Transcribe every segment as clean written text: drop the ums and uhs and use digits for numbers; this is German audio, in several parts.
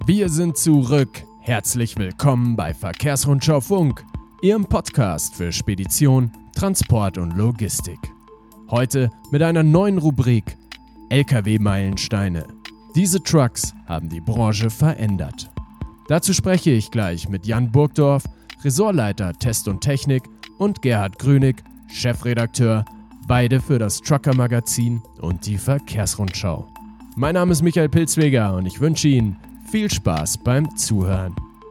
Wir sind zurück. Herzlich willkommen bei Verkehrsrundschau Funk, Ihrem Podcast für Spedition, Transport und Logistik. Heute mit einer neuen Rubrik: LKW-Meilensteine. Diese Trucks haben die Branche verändert. Dazu spreche ich gleich mit Jan Burgdorf, Ressortleiter Test und Technik, und Gerhard Grünig, Chefredakteur, beide für das Trucker-Magazin und die Verkehrsrundschau. Mein Name ist Michael Pilzweger und ich wünsche Ihnen viel Spaß beim Zuhören.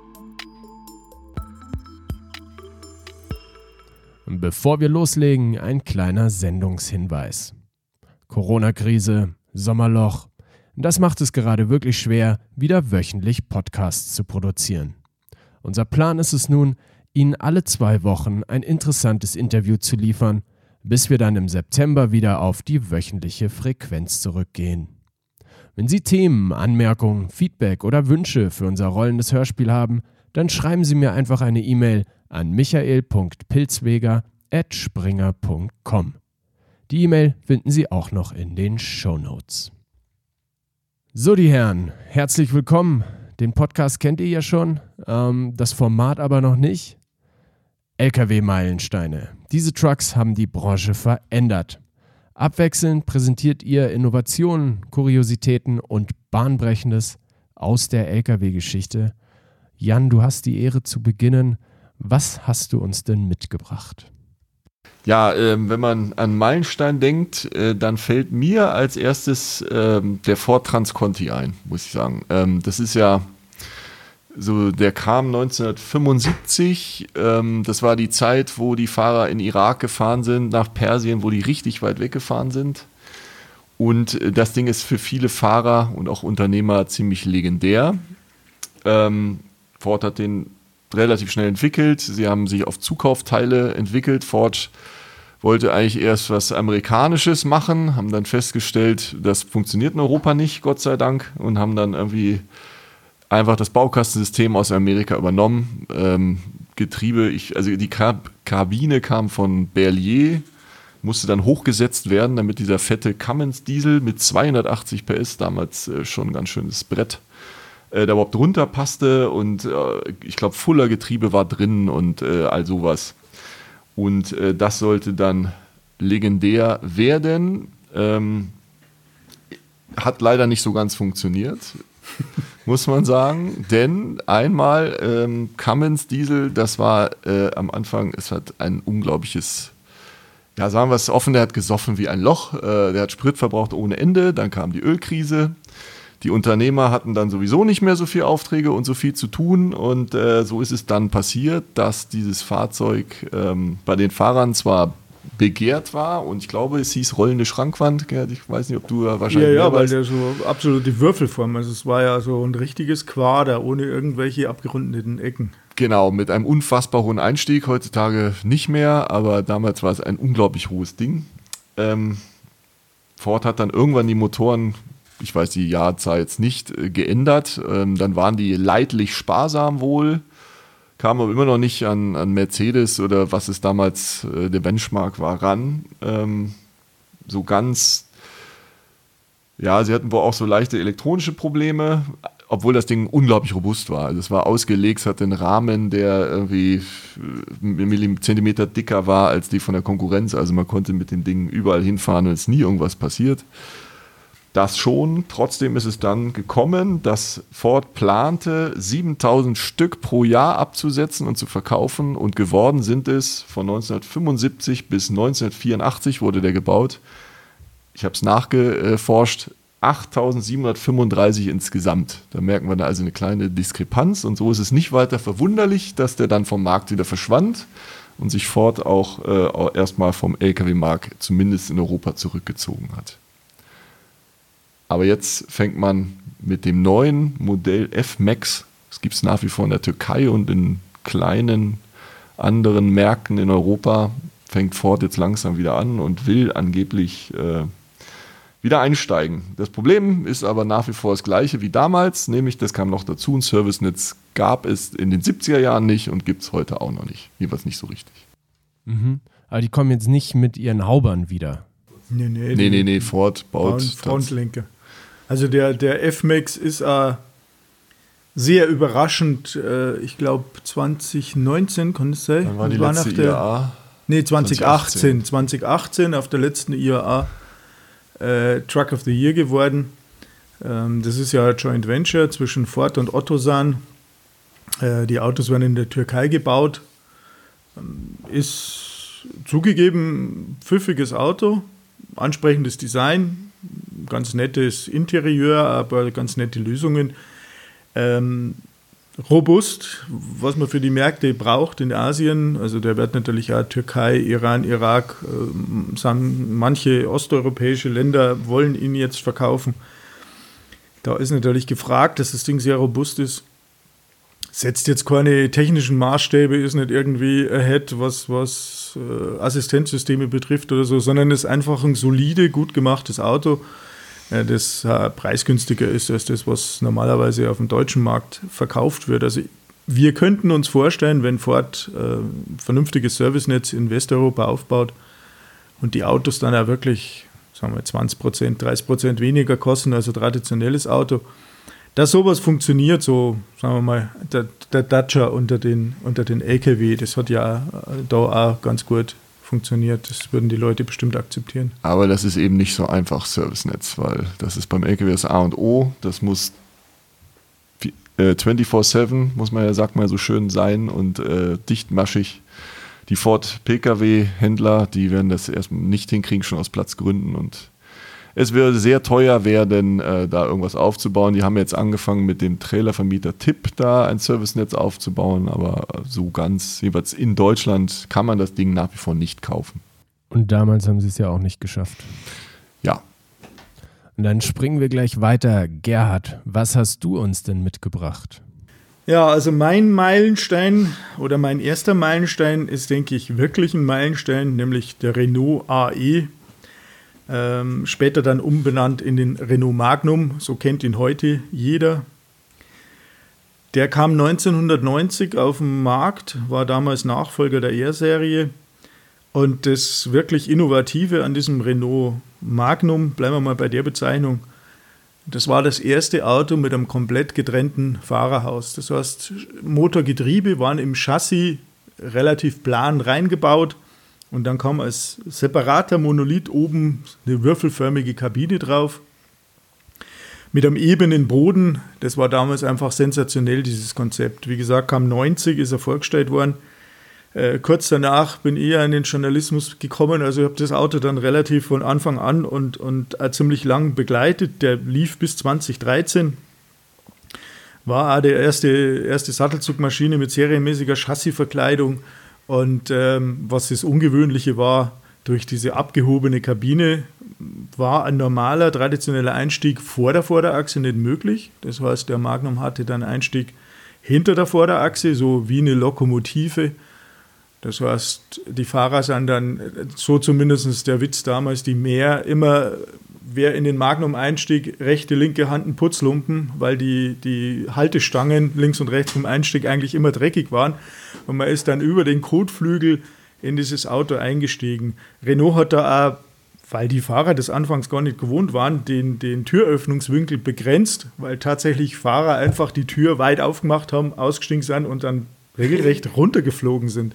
Bevor wir loslegen, ein kleiner Sendungshinweis. Corona-Krise, Sommerloch, das macht es gerade wirklich schwer, wieder wöchentlich Podcasts zu produzieren. Unser Plan ist es nun, Ihnen alle 2 Wochen ein interessantes Interview zu liefern, bis wir dann im September wieder auf die wöchentliche Frequenz zurückgehen. Wenn Sie Themen, Anmerkungen, Feedback oder Wünsche für unser rollendes Hörspiel haben, dann schreiben Sie mir einfach eine E-Mail an michael.pilzweger@springer.com. Die E-Mail finden Sie auch noch in den Shownotes. So, die Herren, herzlich willkommen. Den Podcast kennt ihr ja schon, das Format aber noch nicht. LKW-Meilensteine. Diese Trucks haben die Branche verändert. Abwechselnd präsentiert ihr Innovationen, Kuriositäten und Bahnbrechendes aus der LKW-Geschichte. Jan, du hast die Ehre zu beginnen. Was hast du uns denn mitgebracht? Ja, wenn man an Meilenstein denkt, dann fällt mir als erstes der Ford Transconti ein, muss ich sagen. Das ist ja so, der kam 1975, das war die Zeit, wo die Fahrer in Irak gefahren sind, nach Persien, wo die richtig weit weggefahren sind. Und das Ding ist für viele Fahrer und auch Unternehmer ziemlich legendär. Ford hat den relativ schnell entwickelt, sie haben sich auf Zukaufteile entwickelt. Ford wollte eigentlich erst was Amerikanisches machen, haben dann festgestellt, das funktioniert in Europa nicht, Gott sei Dank, und haben dann irgendwie einfach das Baukastensystem aus Amerika übernommen. Getriebe, die Kabine kam von Berlier, musste dann hochgesetzt werden, damit dieser fette Cummins Diesel mit 280 PS, damals schon ein ganz schönes Brett, da überhaupt runterpasste, und ich glaube Fuller Getriebe war drin und all sowas. Und das sollte dann legendär werden. Hat leider nicht so ganz funktioniert, muss man sagen. Denn einmal Cummins Diesel, das war am Anfang, es hat ein unglaubliches, ja, sagen wir es offen, der hat gesoffen wie ein Loch. Der hat Sprit verbraucht ohne Ende. Dann kam die Ölkrise. Die Unternehmer hatten dann sowieso nicht mehr so viele Aufträge und so viel zu tun, und so ist es dann passiert, dass dieses Fahrzeug bei den Fahrern zwar begehrt war, und ich glaube, es hieß rollende Schrankwand. Ich weiß nicht, ob du da wahrscheinlich Ja, weil der so absolut die Würfelform, also es war ja so ein richtiges Quader ohne irgendwelche abgerundeten Ecken. Genau, mit einem unfassbar hohen Einstieg, heutzutage nicht mehr, aber damals war es ein unglaublich hohes Ding. Ford hat dann irgendwann die Motoren, ich weiß die Jahrzahl jetzt nicht, geändert. Dann waren die leidlich sparsam wohl, kamen aber immer noch nicht an Mercedes oder was es damals der Benchmark war ran. So ganz, ja, sie hatten wohl auch so leichte elektronische Probleme, obwohl das Ding unglaublich robust war. Also es war ausgelegt, es hatte einen Rahmen, der irgendwie Zentimeter dicker war als die von der Konkurrenz. Also man konnte mit dem Ding überall hinfahren und es ist nie irgendwas passiert. Das schon, trotzdem ist es dann gekommen, dass Ford plante, 7000 Stück pro Jahr abzusetzen und zu verkaufen, und geworden sind es von 1975 bis 1984 wurde der gebaut. Ich habe es nachgeforscht, 8735 insgesamt. Da merken wir da also eine kleine Diskrepanz, und so ist es nicht weiter verwunderlich, dass der dann vom Markt wieder verschwand und sich Ford auch erstmal vom LKW-Markt zumindest in Europa zurückgezogen hat. Aber jetzt fängt man mit dem neuen Modell F-Max, das gibt es nach wie vor in der Türkei und in kleinen anderen Märkten in Europa, fängt Ford jetzt langsam wieder an und will angeblich wieder einsteigen. Das Problem ist aber nach wie vor das gleiche wie damals, nämlich das kam noch dazu, ein Servicenetz gab es in den 70er Jahren nicht und gibt es heute auch noch nicht. Jedenfalls nicht so richtig. Mhm. Aber die kommen jetzt nicht mit ihren Haubern wieder. Nee, Ford baut Frontlenker. Also der F-Max ist sehr überraschend, ich glaube 2019, kann es sein? Dann war die letzte IAA. Nee, 2018 auf der letzten IAA Truck of the Year geworden. Das ist ja ein Joint Venture zwischen Ford und Otosan. Die Autos werden in der Türkei gebaut. Ist zugegeben pfiffiges Auto, ansprechendes Design, ganz nettes Interieur, aber ganz nette Lösungen. Robust, was man für die Märkte braucht in Asien. Also der wird natürlich auch Türkei, Iran, Irak, manche osteuropäische Länder wollen ihn jetzt verkaufen. Da ist natürlich gefragt, dass das Ding sehr robust ist. Setzt jetzt keine technischen Maßstäbe, ist nicht irgendwie ahead, was Assistenzsysteme betrifft oder so, sondern ist einfach ein solide, gut gemachtes Auto, das preisgünstiger ist als das, was normalerweise auf dem deutschen Markt verkauft wird. Also wir könnten uns vorstellen, wenn Ford vernünftiges Servicenetz in Westeuropa aufbaut und die Autos dann auch wirklich, sagen wir 20%, 30% weniger kosten als ein traditionelles Auto, dass sowas funktioniert, so sagen wir mal, der Dacia unter den LKW, das hat ja da auch ganz gut funktioniert. Das würden die Leute bestimmt akzeptieren. Aber das ist eben nicht so einfach, Servicenetz, weil das ist beim LKW das A und O. Das muss 24/7, muss man ja, sagt man so schön, sein und dichtmaschig. Die Ford Pkw-Händler, die werden das erstmal nicht hinkriegen, schon aus Platzgründen, und es würde sehr teuer werden, da irgendwas aufzubauen. Die haben jetzt angefangen mit dem Trailervermieter Tipp da ein Servicenetz aufzubauen, aber so ganz, jeweils in Deutschland, kann man das Ding nach wie vor nicht kaufen. Und damals haben sie es ja auch nicht geschafft. Ja. Und dann springen wir gleich weiter. Gerhard, was hast du uns denn mitgebracht? Ja, also mein Meilenstein oder mein erster Meilenstein ist, denke ich, wirklich ein Meilenstein, nämlich der Renault AE. Später dann umbenannt in den Renault Magnum, so kennt ihn heute jeder. Der kam 1990 auf den Markt, war damals Nachfolger der R-Serie, und das wirklich Innovative an diesem Renault Magnum, bleiben wir mal bei der Bezeichnung, das war das erste Auto mit einem komplett getrennten Fahrerhaus. Das heißt, Motorgetriebe waren im Chassis relativ plan reingebaut. Und dann kam als separater Monolith oben eine würfelförmige Kabine drauf mit einem ebenen Boden. Das war damals einfach sensationell, dieses Konzept. Wie gesagt, kam 90, ist er vorgestellt worden. Kurz danach bin ich in den Journalismus gekommen. Also ich habe das Auto dann relativ von Anfang an und ziemlich lang begleitet. Der lief bis 2013. War auch die erste Sattelzugmaschine mit serienmäßiger Chassisverkleidung. Und was das Ungewöhnliche war, durch diese abgehobene Kabine war ein normaler, traditioneller Einstieg vor der Vorderachse nicht möglich. Das heißt, der Magnum hatte dann Einstieg hinter der Vorderachse, so wie eine Lokomotive. Das heißt, die Fahrer sind dann, so zumindest der Witz damals, wer in den Magnum einstieg, rechte, linke Hand ein Putzlumpen, weil die Haltestangen links und rechts vom Einstieg eigentlich immer dreckig waren. Und man ist dann über den Kotflügel in dieses Auto eingestiegen. Renault hat da auch, weil die Fahrer das anfangs gar nicht gewohnt waren, den Türöffnungswinkel begrenzt, weil tatsächlich Fahrer einfach die Tür weit aufgemacht haben, ausgestiegen sind und dann regelrecht runtergeflogen sind.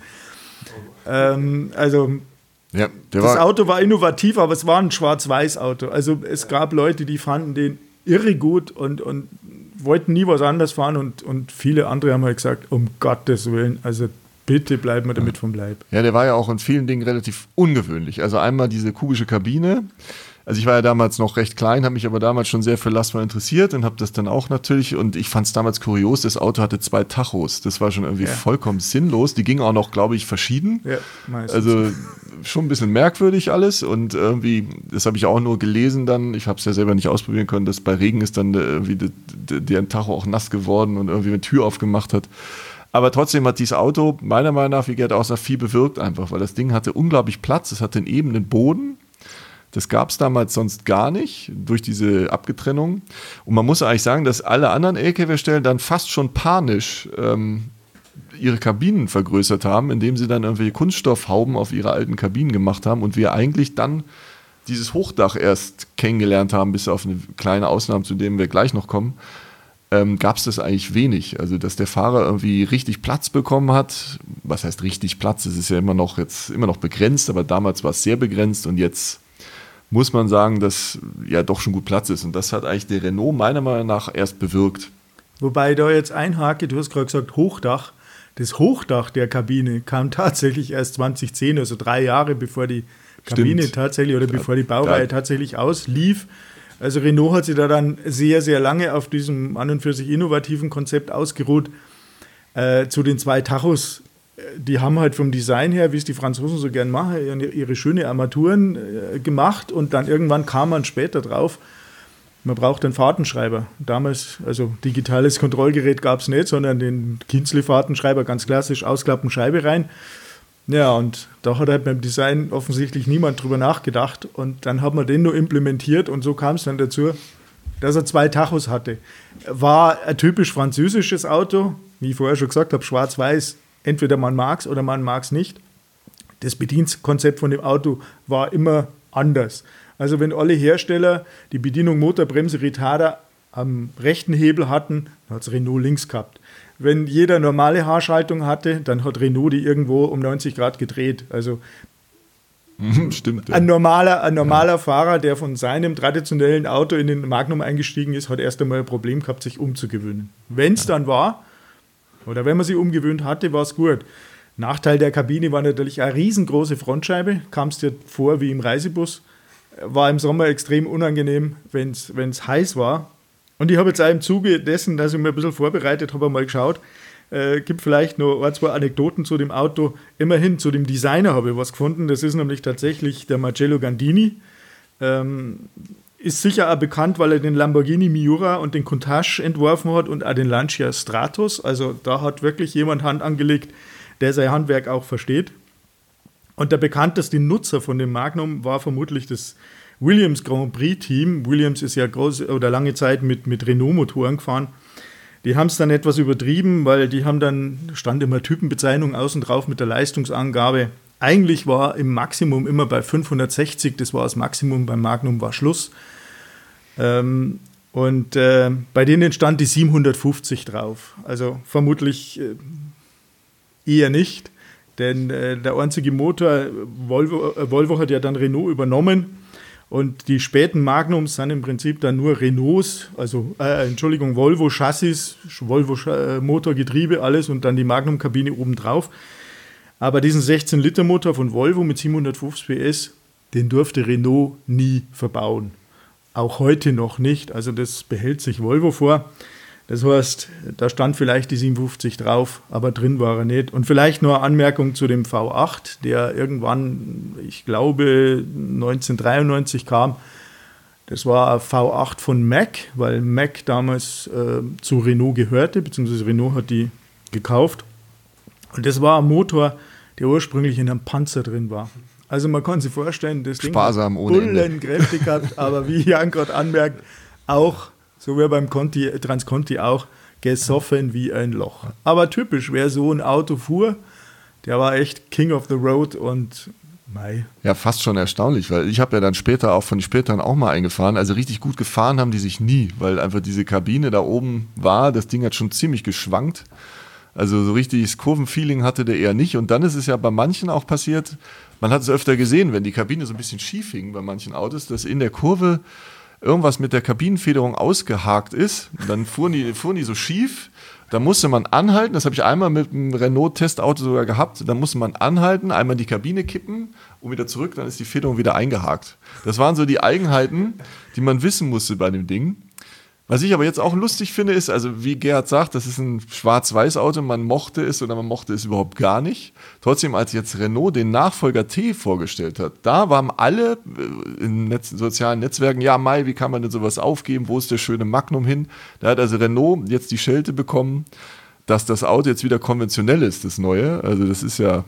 Ja, das Auto war innovativ, aber es war ein Schwarz-Weiß-Auto. Also es gab Leute, die fanden den irre gut und wollten nie was anderes fahren, und viele andere haben halt gesagt, um Gottes Willen, also bitte bleiben wir damit vom Leib. Ja, der war ja auch in vielen Dingen relativ ungewöhnlich. Also einmal diese kubische Kabine. Also ich war ja damals noch recht klein, habe mich aber damals schon sehr für Lastwagen interessiert und habe das dann auch natürlich, und ich fand es damals kurios, das Auto hatte 2 Tachos. Das war schon irgendwie vollkommen sinnlos. Die gingen auch noch, glaube ich, verschieden. Ja, meistens. Also schon ein bisschen merkwürdig alles, und irgendwie, das habe ich auch nur gelesen dann, ich habe es ja selber nicht ausprobieren können, dass bei Regen ist dann irgendwie der Tacho auch nass geworden und irgendwie eine Tür aufgemacht hat. Aber trotzdem hat dieses Auto meiner Meinung nach, wie Gerd auch sagt, viel bewirkt einfach, weil das Ding hatte unglaublich Platz, es hatte einen ebenen Boden. Das gab es damals sonst gar nicht, durch diese Abgetrennung. Und man muss eigentlich sagen, dass alle anderen LKW-Stellen dann fast schon panisch ihre Kabinen vergrößert haben, indem sie dann irgendwelche Kunststoffhauben auf ihre alten Kabinen gemacht haben und wir eigentlich dann dieses Hochdach erst kennengelernt haben, bis auf eine kleine Ausnahme, zu dem wir gleich noch kommen. gab es das eigentlich wenig. Also, dass der Fahrer irgendwie richtig Platz bekommen hat. Was heißt richtig Platz? Es ist ja immer noch begrenzt, aber damals war es sehr begrenzt und jetzt muss man sagen, dass ja doch schon gut Platz ist. Und das hat eigentlich der Renault meiner Meinung nach erst bewirkt. Wobei da jetzt einhake, du hast gerade gesagt Hochdach. Das Hochdach der Kabine kam tatsächlich erst 2010, also 3 Jahre bevor die Kabine tatsächlich oder bevor die Baureihe tatsächlich auslief. Also Renault hat sich da dann sehr, sehr lange auf diesem an und für sich innovativen Konzept ausgeruht. Zu den 2 Tachos, die haben halt vom Design her, wie es die Franzosen so gern machen, ihre schöne Armaturen gemacht und dann irgendwann kam man später drauf, man braucht einen Fahrtenschreiber. Damals, also digitales Kontrollgerät gab es nicht, sondern den Kinsley-Fahrtenschreiber, ganz klassisch, ausklappen, Scheibe rein. Ja, und da hat halt beim Design offensichtlich niemand drüber nachgedacht und dann hat man den nur implementiert und so kam es dann dazu, dass er 2 Tachos hatte. War ein typisch französisches Auto, wie ich vorher schon gesagt habe, schwarz-weiß, entweder man mag es oder man mag es nicht. Das Bedienkonzept von dem Auto war immer anders. Also wenn alle Hersteller die Bedienung Motor, Bremse, Retarder am rechten Hebel hatten, dann hat es Renault links gehabt. Wenn jeder normale Haarschaltung hatte, dann hat Renault die irgendwo um 90 Grad gedreht. Also stimmt, ja. Ein normaler Fahrer, der von seinem traditionellen Auto in den Magnum eingestiegen ist, hat erst einmal ein Problem gehabt, sich umzugewöhnen. Wenn es dann war, oder wenn man sich umgewöhnt hatte, war es gut. Nachteil der Kabine war natürlich eine riesengroße Frontscheibe, kam es dir vor wie im Reisebus, war im Sommer extrem unangenehm, wenn es heiß war. Und ich habe jetzt auch im Zuge dessen, dass ich mir ein bisschen vorbereitet habe, mal geschaut, gibt vielleicht noch 1, 2 Anekdoten zu dem Auto. Immerhin zu dem Designer habe ich was gefunden, das ist nämlich tatsächlich der Marcello Gandini. Ist sicher auch bekannt, weil er den Lamborghini Miura und den Countach entworfen hat und auch den Lancia Stratos. Also da hat wirklich jemand Hand angelegt, der sein Handwerk auch versteht. Und der bekannteste Nutzer von dem Magnum war vermutlich das Williams Grand Prix Team. Williams ist ja lange Zeit mit Renault-Motoren gefahren. Die haben es dann etwas übertrieben, weil die haben dann, stand immer Typenbezeichnung außen drauf mit der Leistungsangabe. Eigentlich war im Maximum immer bei 560, das war das Maximum, beim Magnum war Schluss. Bei denen stand die 750 drauf. Also vermutlich eher nicht, denn der einzige Motor, Volvo hat ja dann Renault übernommen und die späten Magnums sind im Prinzip dann nur Renaults, Volvo Chassis, Volvo Motorgetriebe, alles und dann die Magnum-Kabine obendrauf. Aber diesen 16-Liter-Motor von Volvo mit 750 PS, den durfte Renault nie verbauen. Auch heute noch nicht, also das behält sich Volvo vor. Das heißt, da stand vielleicht die 57 drauf, aber drin war er nicht. Und vielleicht noch eine Anmerkung zu dem V8, der irgendwann, ich glaube 1993 kam. Das war ein V8 von Mack, weil Mack damals zu Renault gehörte, beziehungsweise Renault hat die gekauft. Und das war ein Motor, der ursprünglich in einem Panzer drin war. Also man kann sich vorstellen, das Ding hat bullenkräftig gehabt, aber wie Jan gerade anmerkt, auch, so wie beim Transconti auch, gesoffen wie ein Loch. Aber typisch, wer so ein Auto fuhr, der war echt King of the Road und mei. Ja, fast schon erstaunlich, weil ich habe ja dann später auch von den späteren auch mal eingefahren. Also richtig gut gefahren haben die sich nie, weil einfach diese Kabine da oben war, das Ding hat schon ziemlich geschwankt. Also so richtiges Kurvenfeeling hatte der eher nicht. Und dann ist es ja bei manchen auch passiert, man hat es öfter gesehen, wenn die Kabine so ein bisschen schief hing bei manchen Autos, dass in der Kurve irgendwas mit der Kabinenfederung ausgehakt ist. Und dann fuhren die so schief. Da musste man anhalten, das habe ich einmal mit einem Renault-Testauto sogar gehabt. Da musste man anhalten, einmal die Kabine kippen und wieder zurück, dann ist die Federung wieder eingehakt. Das waren so die Eigenheiten, die man wissen musste bei dem Ding. Was ich aber jetzt auch lustig finde, ist, also wie Gerhard sagt, das ist ein Schwarz-Weiß-Auto, man mochte es oder man mochte es überhaupt gar nicht. Trotzdem, als jetzt Renault den Nachfolger T vorgestellt hat, da waren alle in sozialen Netzwerken, ja Mai, wie kann man denn sowas aufgeben, wo ist der schöne Magnum hin? Da hat also Renault jetzt die Schelte bekommen, dass das Auto jetzt wieder konventionell ist, das neue. Also das ist ja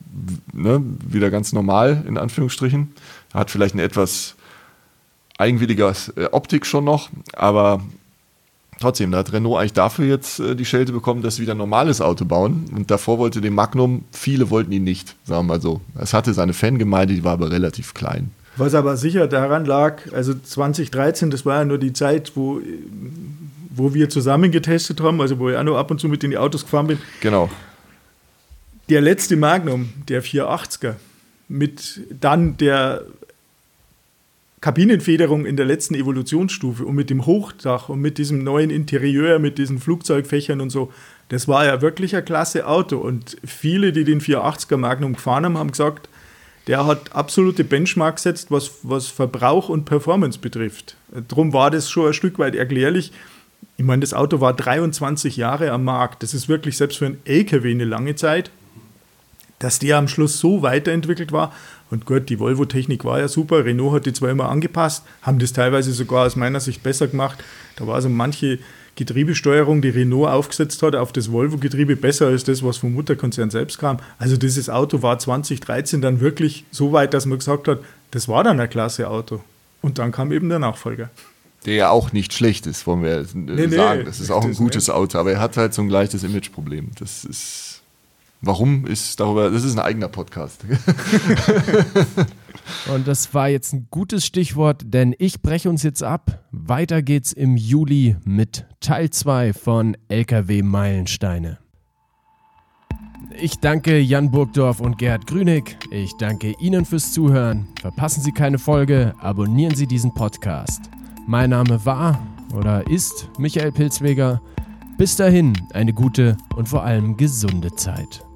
wieder ganz normal, in Anführungsstrichen. Hat vielleicht eine etwas eigenwillige Optik schon noch, aber trotzdem, da hat Renault eigentlich dafür jetzt die Schelte bekommen, dass sie wieder ein normales Auto bauen und davor wollte den Magnum, viele wollten ihn nicht, sagen wir mal so. Es hatte seine Fangemeinde, die war aber relativ klein. Was aber sicher daran lag, also 2013, das war ja nur die Zeit, wo wo wir zusammen getestet haben, also wo ich auch noch ab und zu mit in die Autos gefahren bin. Genau. Der letzte Magnum, der 480er, mit dann der Kabinenfederung in der letzten Evolutionsstufe und mit dem Hochdach und mit diesem neuen Interieur, mit diesen Flugzeugfächern und so, das war ja wirklich ein klasse Auto. Und viele, die den 480er Magnum gefahren haben, haben gesagt, der hat absolute Benchmark gesetzt, was Verbrauch und Performance betrifft. Darum war das schon ein Stück weit erklärlich. Ich meine, das Auto war 23 Jahre am Markt. Das ist wirklich selbst für einen LKW eine lange Zeit. Dass der am Schluss so weiterentwickelt war. Und gut, die Volvo-Technik war ja super. Renault hat die zwar immer angepasst, haben das teilweise sogar aus meiner Sicht besser gemacht. Da war also manche Getriebesteuerung, die Renault aufgesetzt hat, auf das Volvo-Getriebe besser als das, was vom Mutterkonzern selbst kam. Also dieses Auto war 2013 dann wirklich so weit, dass man gesagt hat, das war dann ein klasse Auto. Und dann kam eben der Nachfolger. Der ja auch nicht schlecht ist, wollen wir sagen. Das ist auch ein gutes Auto, aber er hat halt so ein gleiches Imageproblem. Das ist... Warum ist darüber, das ist ein eigener Podcast. Und das war jetzt ein gutes Stichwort, denn ich breche uns jetzt ab. Weiter geht's im Juli mit Teil 2 von LKW Meilensteine. Ich danke Jan Burgdorf und Gerhard Grünig. Ich danke Ihnen fürs Zuhören. Verpassen Sie keine Folge, abonnieren Sie diesen Podcast. Mein Name war oder ist Michael Pilzweger. Bis dahin eine gute und vor allem gesunde Zeit.